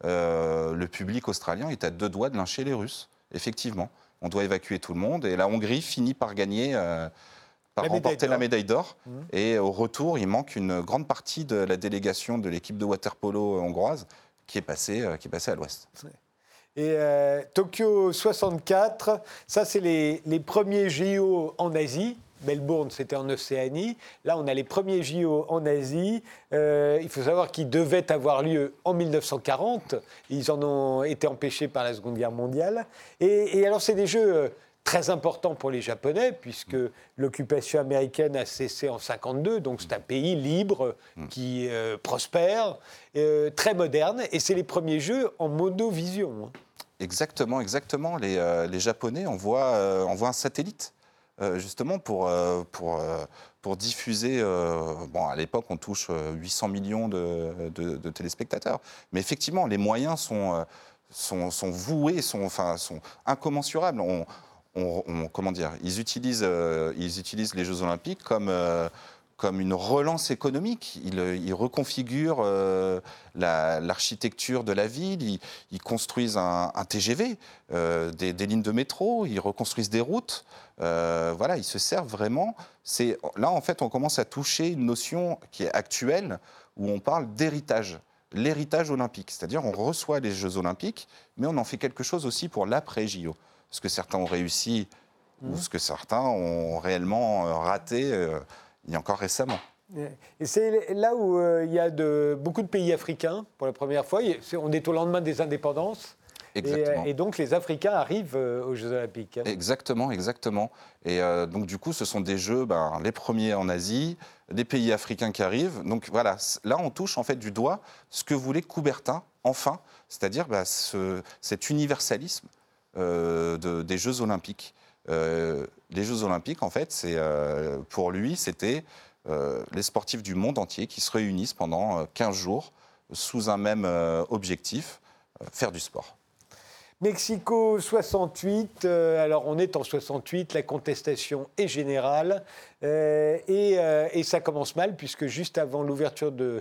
le public australien est à 2 doigts de lyncher les Russes. Effectivement, on doit évacuer tout le monde et la Hongrie finit par gagner, par remporter la médaille d'or. Et au retour, il manque une grande partie de la délégation de l'équipe de water-polo hongroise qui est passée à l'ouest. Et Tokyo 64, ça c'est les premiers JO en Asie. Melbourne, c'était en Océanie. Là, on a les premiers JO en Asie. Il faut savoir qu'ils devaient avoir lieu en 1940. Ils en ont été empêchés par la Seconde Guerre mondiale. Et alors, c'est des jeux très importants pour les Japonais, puisque l'occupation américaine a cessé en 1952. Donc, c'est un pays libre qui prospère, très moderne. Et c'est les premiers jeux en monovision. Exactement, exactement. Les Japonais envoient un satellite. Justement pour diffuser, à l'époque on touche 800 millions de téléspectateurs, mais effectivement les moyens sont voués, sont incommensurables. Comment dire, ils utilisent les Jeux Olympiques comme une relance économique. Ils reconfigurent l'architecture de la ville, ils construisent un TGV, des lignes de métro, ils reconstruisent des routes. Ils se servent vraiment. Là, en fait, on commence à toucher une notion qui est actuelle, où on parle d'héritage, l'héritage olympique. C'est-à-dire, on reçoit les Jeux Olympiques, mais on en fait quelque chose aussi pour l'après-JO. Ce que certains ont réussi, ou ce que certains ont réellement raté, il y a encore récemment. Et c'est là où il y a beaucoup de pays africains, pour la première fois. On est au lendemain des indépendances. Et donc, les Africains arrivent aux Jeux Olympiques. Exactement, exactement. Et donc, du coup, ce sont des Jeux, les premiers en Asie, des pays africains qui arrivent. Donc, voilà, là, on touche en fait du doigt ce que voulait Coubertin, enfin, c'est-à-dire cet universalisme des Jeux Olympiques. Les Jeux Olympiques, en fait, pour lui, c'était les sportifs du monde entier qui se réunissent pendant 15 jours sous un même objectif, faire du sport. Mexico 68, alors on est en 68, la contestation est générale et ça commence mal puisque juste avant l'ouverture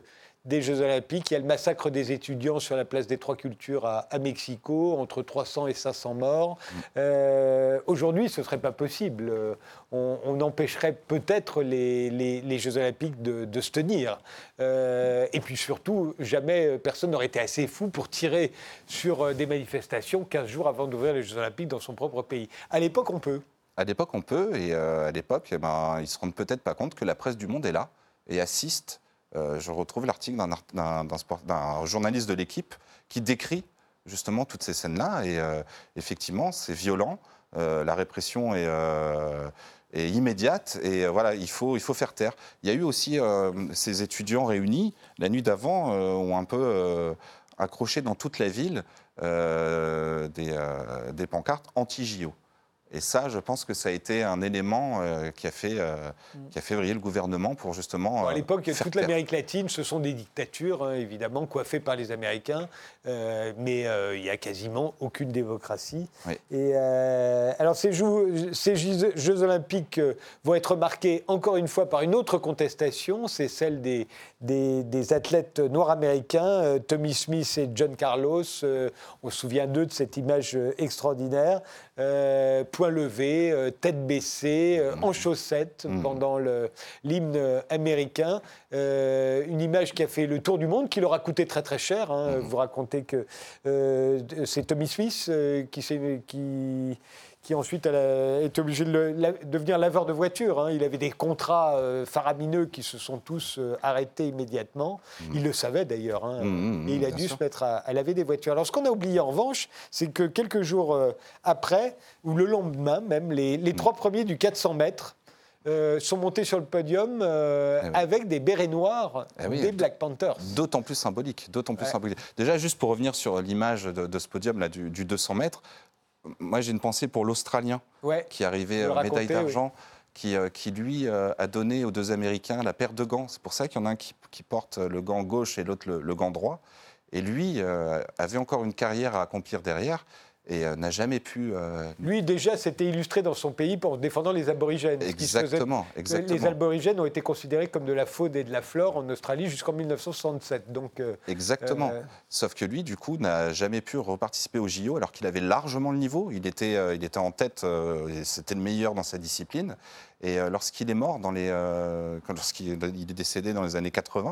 des Jeux Olympiques. Il y a le massacre des étudiants sur la place des Trois Cultures à Mexico, entre 300 et 500 morts. Aujourd'hui, ce ne serait pas possible. On empêcherait peut-être les Jeux Olympiques de se tenir. Et puis surtout, jamais personne n'aurait été assez fou pour tirer sur des manifestations 15 jours avant d'ouvrir les Jeux Olympiques dans son propre pays. À l'époque, on peut. À l'époque, on peut, et à l'époque, ils ne se rendent peut-être pas compte que la presse du monde est là et assiste. Je retrouve l'article d'un journaliste de l'équipe qui décrit justement toutes ces scènes-là, et effectivement, c'est violent, la répression est immédiate, et voilà, il faut faire taire. Il y a eu aussi ces étudiants réunis, la nuit d'avant, ont un peu accroché dans toute la ville des pancartes anti-JO. Et ça, je pense que ça a été un élément qui a fait vriller le gouvernement pour justement. À l'époque, toute l'Amérique latine, ce sont des dictatures, hein, évidemment, coiffées par les Américains, mais il n'y a quasiment aucune démocratie. Oui. Et alors, ces Jeux Olympiques vont être marqués encore une fois par une autre contestation, c'est celle des athlètes noirs américains, Tommy Smith et John Carlos. On se souvient d'eux, de cette image extraordinaire. Point levé, tête baissée, en chaussettes pendant l'hymne américain. Une image qui a fait le tour du monde, qui leur a coûté très très cher. Hein. Vous racontez que c'est Tommy Smith qui ensuite est obligé de devenir laveur de voiture. Hein. Il avait des contrats faramineux qui se sont tous arrêtés immédiatement. Il le savait d'ailleurs. Hein. Et il a dû se mettre à laver des voitures. Alors ce qu'on a oublié en revanche, c'est que quelques jours après, ou le lendemain même, les trois premiers du 400 mètres sont montés sur le podium avec des bérets noirs des Black Panthers. D'autant plus symbolique. Déjà, juste pour revenir sur l'image de ce podium-là du 200 mètres, moi, j'ai une pensée pour l'Australien qui est arrivé médaille d'argent, qui lui, a donné aux deux Américains la paire de gants. C'est pour ça qu'il y en a un qui porte le gant gauche et l'autre le gant droit. Et lui avait encore une carrière à accomplir derrière et n'a jamais pu... Lui, déjà, s'était illustré dans son pays en défendant les aborigènes. Exactement. Les aborigènes ont été considérés comme de la faune et de la flore en Australie jusqu'en 1967. Donc, exactement. Sauf que lui, du coup, n'a jamais pu reparticiper au JO alors qu'il avait largement le niveau. Il était en tête, c'était le meilleur dans sa discipline. Et lorsqu'il est mort, lorsqu'il est décédé dans les années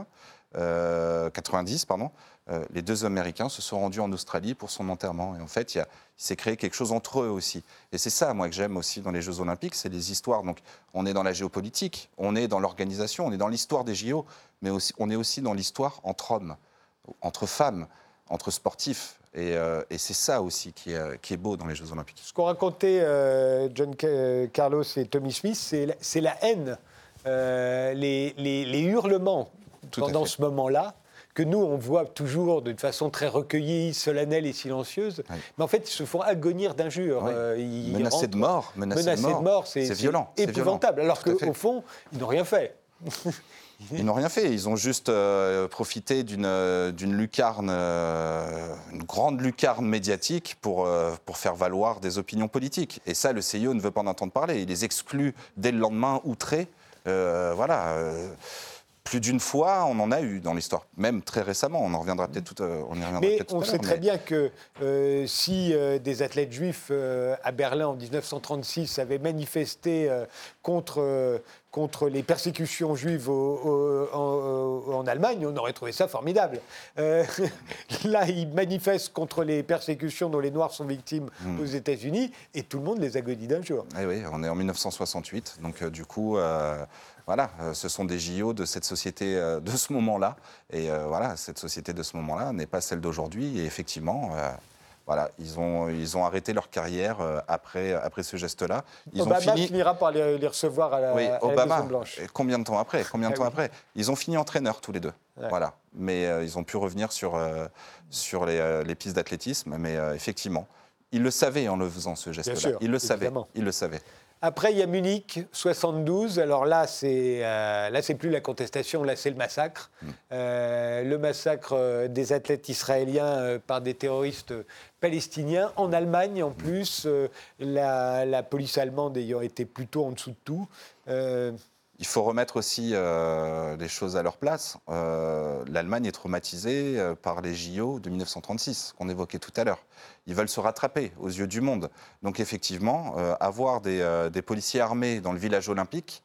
90, pardon, les deux Américains se sont rendus en Australie pour son enterrement. Et en fait, il s'est créé quelque chose entre eux aussi. Et c'est ça, moi, que j'aime aussi dans les Jeux Olympiques, c'est les histoires. Donc, on est dans la géopolitique, on est dans l'organisation, on est dans l'histoire des JO, mais aussi, on est aussi dans l'histoire entre hommes, entre femmes, entre sportifs. Et c'est ça aussi qui est beau dans les Jeux Olympiques. Ce qu'ont raconté John Carlos et Tommy Smith, c'est la haine, les hurlements pendant ce moment-là, que nous, on voit toujours d'une façon très recueillie, solennelle et silencieuse. Oui. Mais en fait, ils se font agonir d'injures. Oui. Menacés de mort, c'est violent. C'est épouvantable. Alors qu'au fond, ils n'ont rien fait. Ils n'ont rien fait. Ils ont juste profité d'une lucarne, une grande lucarne médiatique pour faire valoir des opinions politiques. Et ça, le CIO ne veut pas en entendre parler. Il les exclut dès le lendemain, outrés. Plus d'une fois, on en a eu dans l'histoire, même très récemment. On en reviendra peut-être tout à l'heure. Mais on sait très bien que si des athlètes juifs à Berlin en 1936 avaient manifesté contre les persécutions juives en Allemagne, on aurait trouvé ça formidable. Là, ils manifestent contre les persécutions dont les Noirs sont victimes aux États-Unis, et tout le monde les agonie d'un jour. Eh oui, on est en 1968, donc du coup... Voilà, ce sont des JO de cette société de ce moment-là. Et voilà, cette société de ce moment-là n'est pas celle d'aujourd'hui. Et effectivement, voilà, ils ont arrêté leur carrière après ce geste-là. Obama finira par les recevoir à la Maison-Blanche. Combien de temps après Ils ont fini entraîneurs tous les deux. Ouais. Voilà. Mais ils ont pu revenir sur les pistes d'athlétisme. Mais effectivement, ils le savaient en le faisant, ce geste-là. Ils le savaient. Après, il y a Munich, 72. Alors là, c'est plus la contestation, là, c'est le massacre. Le massacre des athlètes israéliens par des terroristes palestiniens. En Allemagne, en plus, la police allemande ayant été plutôt en dessous de tout. Il faut remettre aussi les choses à leur place. L'Allemagne est traumatisée par les JO de 1936, qu'on évoquait tout à l'heure. Ils veulent se rattraper aux yeux du monde. Donc effectivement, avoir des policiers armés dans le village olympique,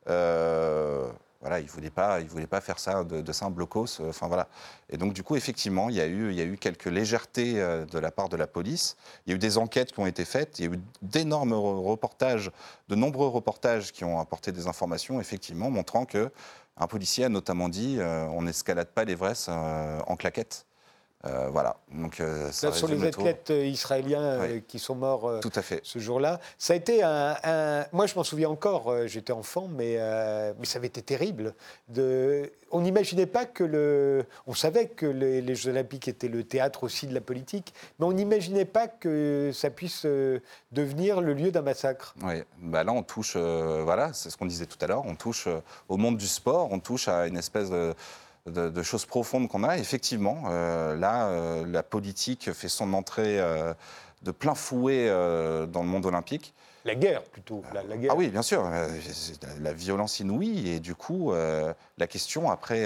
voilà, ils ne voulaient pas faire ça de ça un blocos. Enfin voilà. Et donc du coup, effectivement, il y a eu quelques légèretés de la part de la police. Il y a eu des enquêtes qui ont été faites. Il y a eu d'énormes reportages, de nombreux reportages qui ont apporté des informations, effectivement, montrant que un policier a notamment dit on n'escalade pas l'Everest en claquettes. Voilà. Donc, ça Là, sur les athlètes israéliens Oui. qui sont morts Tout à fait. ce jour-là. Ça a été moi, je m'en souviens encore, j'étais enfant, mais ça avait été terrible. On n'imaginait pas on savait que les Jeux Olympiques étaient le théâtre aussi de la politique, mais on n'imaginait pas que ça puisse devenir le lieu d'un massacre. Oui, bah là on touche, voilà, c'est ce qu'on disait tout à l'heure, on touche au monde du sport, on touche à une espèce de choses profondes qu'on a. Effectivement, la politique fait son entrée de plein fouet dans le monde olympique. La guerre, plutôt. La guerre. Ah oui, bien sûr, c'est la violence inouïe. Et du coup, la question après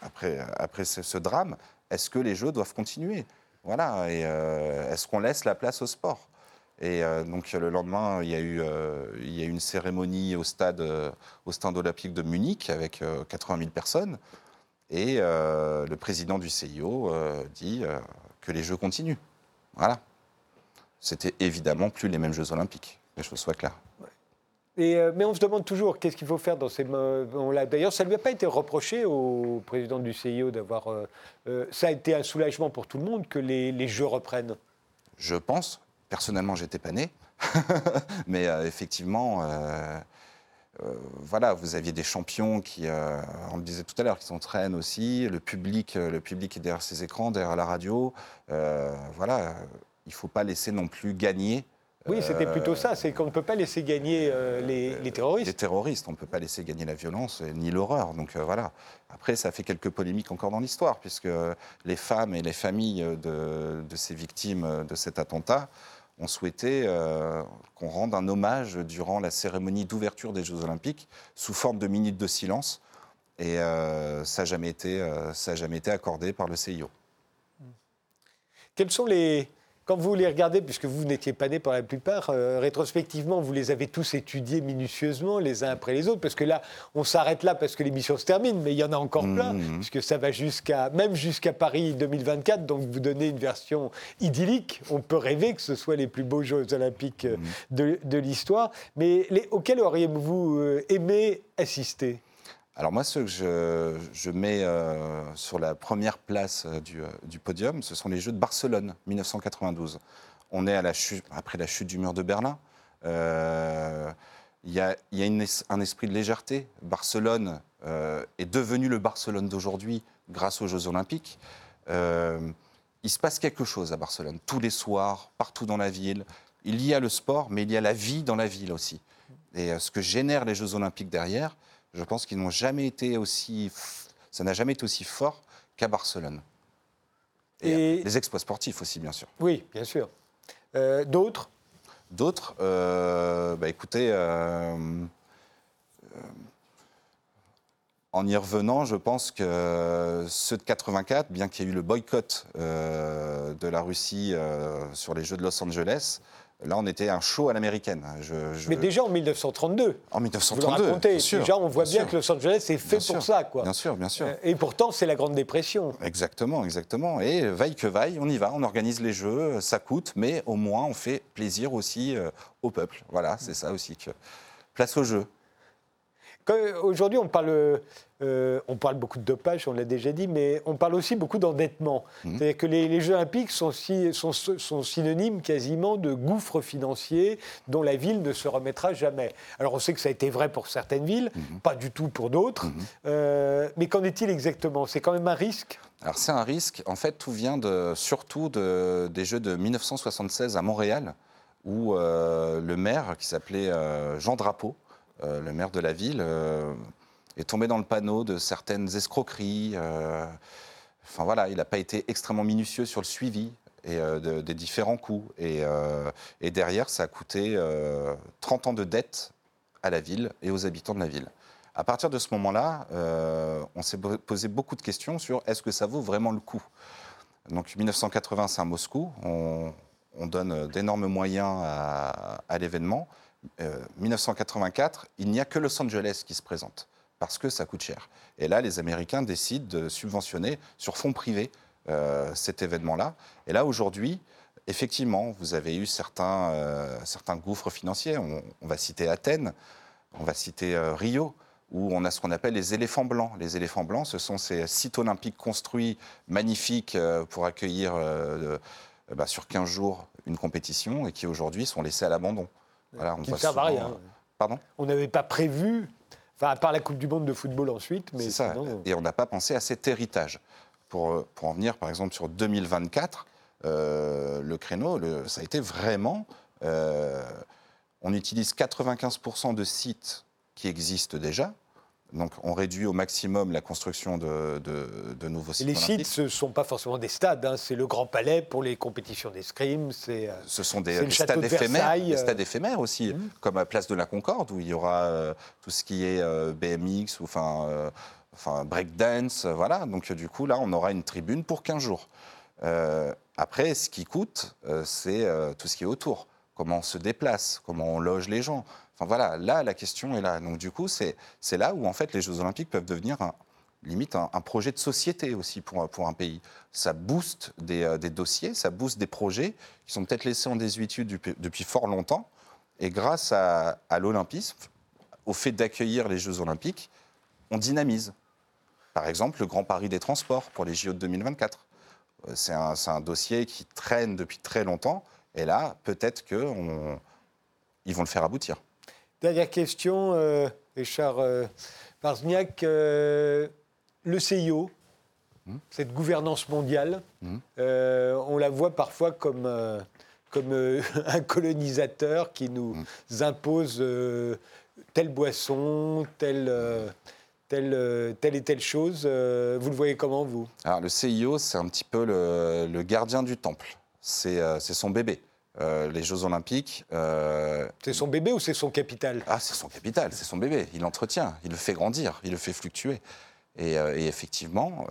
ce drame, est-ce que les Jeux doivent continuer? Voilà, et est-ce qu'on laisse la place au sport? Et donc le lendemain, il y a eu une cérémonie au stade olympique de Munich avec 80 000 personnes. Et le président du CIO dit que les Jeux continuent. Voilà. C'était évidemment plus les mêmes Jeux olympiques, que les choses soient claires. Mais on se demande toujours qu'est-ce qu'il faut faire dans ces moments-là. D'ailleurs, ça ne lui a pas été reproché au président du CIO d'avoir... ça a été un soulagement pour tout le monde que les Jeux reprennent. Je pense. Personnellement, j'étais pas né. Mais effectivement... voilà, vous aviez des champions qui, on le disait tout à l'heure, qui s'entraînent aussi. Le public est derrière ses écrans, derrière la radio. Voilà, il ne faut pas laisser non plus gagner. Oui, c'était plutôt ça, c'est qu'on ne peut pas laisser gagner les terroristes. Les terroristes, on ne peut pas laisser gagner la violence ni l'horreur. Donc voilà. Après, ça fait quelques polémiques encore dans l'histoire, puisque les femmes et les familles de ces victimes de cet attentat ont souhaité qu'on rende un hommage durant la cérémonie d'ouverture des Jeux Olympiques sous forme de minutes de silence. Et ça n'a jamais été accordé par le CIO. Quels sont quand vous les regardez, puisque vous n'étiez pas né pour la plupart, rétrospectivement, vous les avez tous étudiés minutieusement, les uns après les autres, parce que là, on s'arrête là parce que l'émission se termine, mais il y en a encore plein, puisque ça va même jusqu'à Paris 2024, donc vous donnez une version idyllique. On peut rêver que ce soit les plus beaux Jeux Olympiques de l'histoire, mais auxquels auriez-vous aimé assister ? Alors moi, ceux que je mets sur la première place du podium, ce sont les Jeux de Barcelone, 1992. On est après la chute du mur de Berlin. Il y a un esprit de légèreté. Barcelone est devenu le Barcelone d'aujourd'hui grâce aux Jeux Olympiques. Il se passe quelque chose à Barcelone, tous les soirs, partout dans la ville. Il y a le sport, mais il y a la vie dans la ville aussi. Et ce que génèrent les Jeux Olympiques derrière, je pense qu'ils n'ont jamais été ça n'a jamais été aussi fort qu'à Barcelone. Et les exploits sportifs aussi, bien sûr. Oui, bien sûr. D'autres ? D'autres, écoutez, en y revenant, je pense que ceux de 84, bien qu'il y ait eu le boycott de la Russie sur les Jeux de Los Angeles, là, on était un show à l'américaine. Mais déjà en 1932. En 1932, vous le racontez. bien sûr. Déjà, on voit bien sûr. que Los Angeles est fait pour ça, quoi. Bien sûr, bien sûr. Et pourtant, c'est la Grande Dépression. Exactement, exactement. Et vaille que vaille, on y va, on organise les Jeux, ça coûte, mais au moins, on fait plaisir aussi au peuple. Voilà, c'est ça aussi. Place aux Jeux. Aujourd'hui, on parle beaucoup de dopage, on l'a déjà dit, mais on parle aussi beaucoup d'endettement. C'est-à-dire que les Jeux Olympiques sont synonymes quasiment de gouffres financiers dont la ville ne se remettra jamais. Alors on sait que ça a été vrai pour certaines villes, pas du tout pour d'autres. Mais qu'en est-il exactement ? C'est quand même un risque ? Alors c'est un risque. En fait, tout vient surtout des Jeux de 1976 à Montréal, où le maire, qui s'appelait Jean Drapeau, le maire de la ville, est tombé dans le panneau de certaines escroqueries. Enfin voilà, il n'a pas été extrêmement minutieux sur le suivi des différents coûts. Et derrière, ça a coûté 30 ans de dette à la ville et aux habitants de la ville. À partir de ce moment-là, on s'est posé beaucoup de questions sur est-ce que ça vaut vraiment le coup. Donc 1980, c'est à Moscou, on donne d'énormes moyens à l'événement. 1984, il n'y a que Los Angeles qui se présente, parce que ça coûte cher. Et là, les Américains décident de subventionner sur fonds privés cet événement-là. Et là, aujourd'hui, effectivement, vous avez eu certains gouffres financiers. On va citer Athènes, on va citer Rio, où on a ce qu'on appelle les éléphants blancs. Les éléphants blancs, ce sont ces sites olympiques construits, magnifiques, pour accueillir sur 15 jours une compétition, et qui aujourd'hui sont laissés à l'abandon. Voilà, qui ne servent à rien. Pardon ? On n'avait pas prévu, à part la Coupe du Monde de football ensuite. Mais c'est ça, sinon... et on n'a pas pensé à cet héritage. Pour en venir, par exemple, sur 2024, le créneau, ça a été vraiment... on utilise 95% de sites qui existent déjà. Donc, on réduit au maximum la construction de nouveaux sites olympiques. Les sites, ce ne sont pas forcément des stades. Hein. C'est le Grand Palais pour les compétitions d'escrime. Ce sont des stades éphémères. Des stades éphémères aussi, comme à Place de la Concorde, où il y aura tout ce qui est BMX, ou breakdance. Voilà. Donc, du coup, là, on aura une tribune pour 15 jours. Après, ce qui coûte, c'est tout ce qui est autour. Comment on se déplace, comment on loge les gens. Enfin voilà, là, la question est là. Donc du coup, c'est là où en fait les Jeux Olympiques peuvent devenir limite un projet de société aussi pour un pays. Ça booste des dossiers, ça booste des projets qui sont peut-être laissés en désuétude depuis fort longtemps. Et grâce à l'olympisme, au fait d'accueillir les Jeux Olympiques, on dynamise. Par exemple, le Grand Paris des Transports pour les JO de 2024. C'est un dossier qui traîne depuis très longtemps. Et là, peut-être qu'ils vont le faire aboutir. Dernière question, Richard Barzniak. Le CIO, cette gouvernance mondiale, on la voit parfois comme un colonisateur qui nous impose telle boisson, telle et telle chose. Vous le voyez comment, vous ? Alors, le CIO, c'est un petit peu le gardien du temple. C'est son bébé. Les Jeux Olympiques... C'est son bébé ou c'est son capital ? Ah, c'est son capital, c'est son bébé. Il l'entretient, il le fait grandir, il le fait fluctuer. Et effectivement,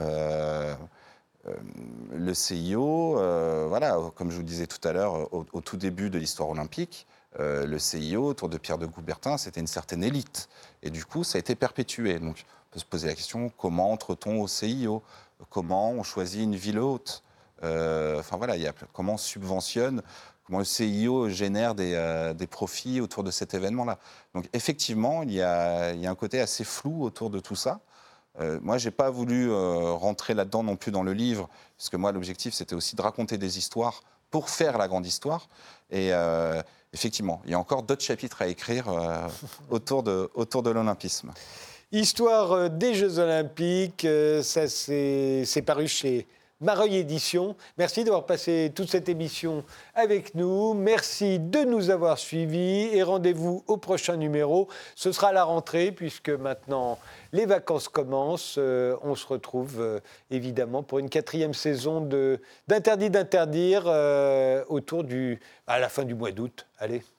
le CIO, voilà, comme je vous le disais tout à l'heure, au tout début de l'histoire olympique, le CIO, autour de Pierre de Coubertin, c'était une certaine élite. Et du coup, ça a été perpétué. Donc, on peut se poser la question, comment entre-t-on au CIO ? Comment on choisit une ville haute ? Voilà, comment on subventionne, comment le CIO génère des profits autour de cet événement-là. Donc effectivement, il y a un côté assez flou autour de tout ça. Moi, je n'ai pas voulu rentrer là-dedans non plus dans le livre, parce que moi, l'objectif, c'était aussi de raconter des histoires pour faire la grande histoire. Et effectivement, il y a encore d'autres chapitres à écrire autour de l'olympisme. Histoire des Jeux Olympiques, ça c'est paru chez Mareuil Éditions. Merci d'avoir passé toute cette émission avec nous. Merci de nous avoir suivis et rendez-vous au prochain numéro. Ce sera à la rentrée puisque maintenant les vacances commencent. On se retrouve évidemment pour une 4e saison d'Interdit d'interdire à la fin du mois d'août. Allez.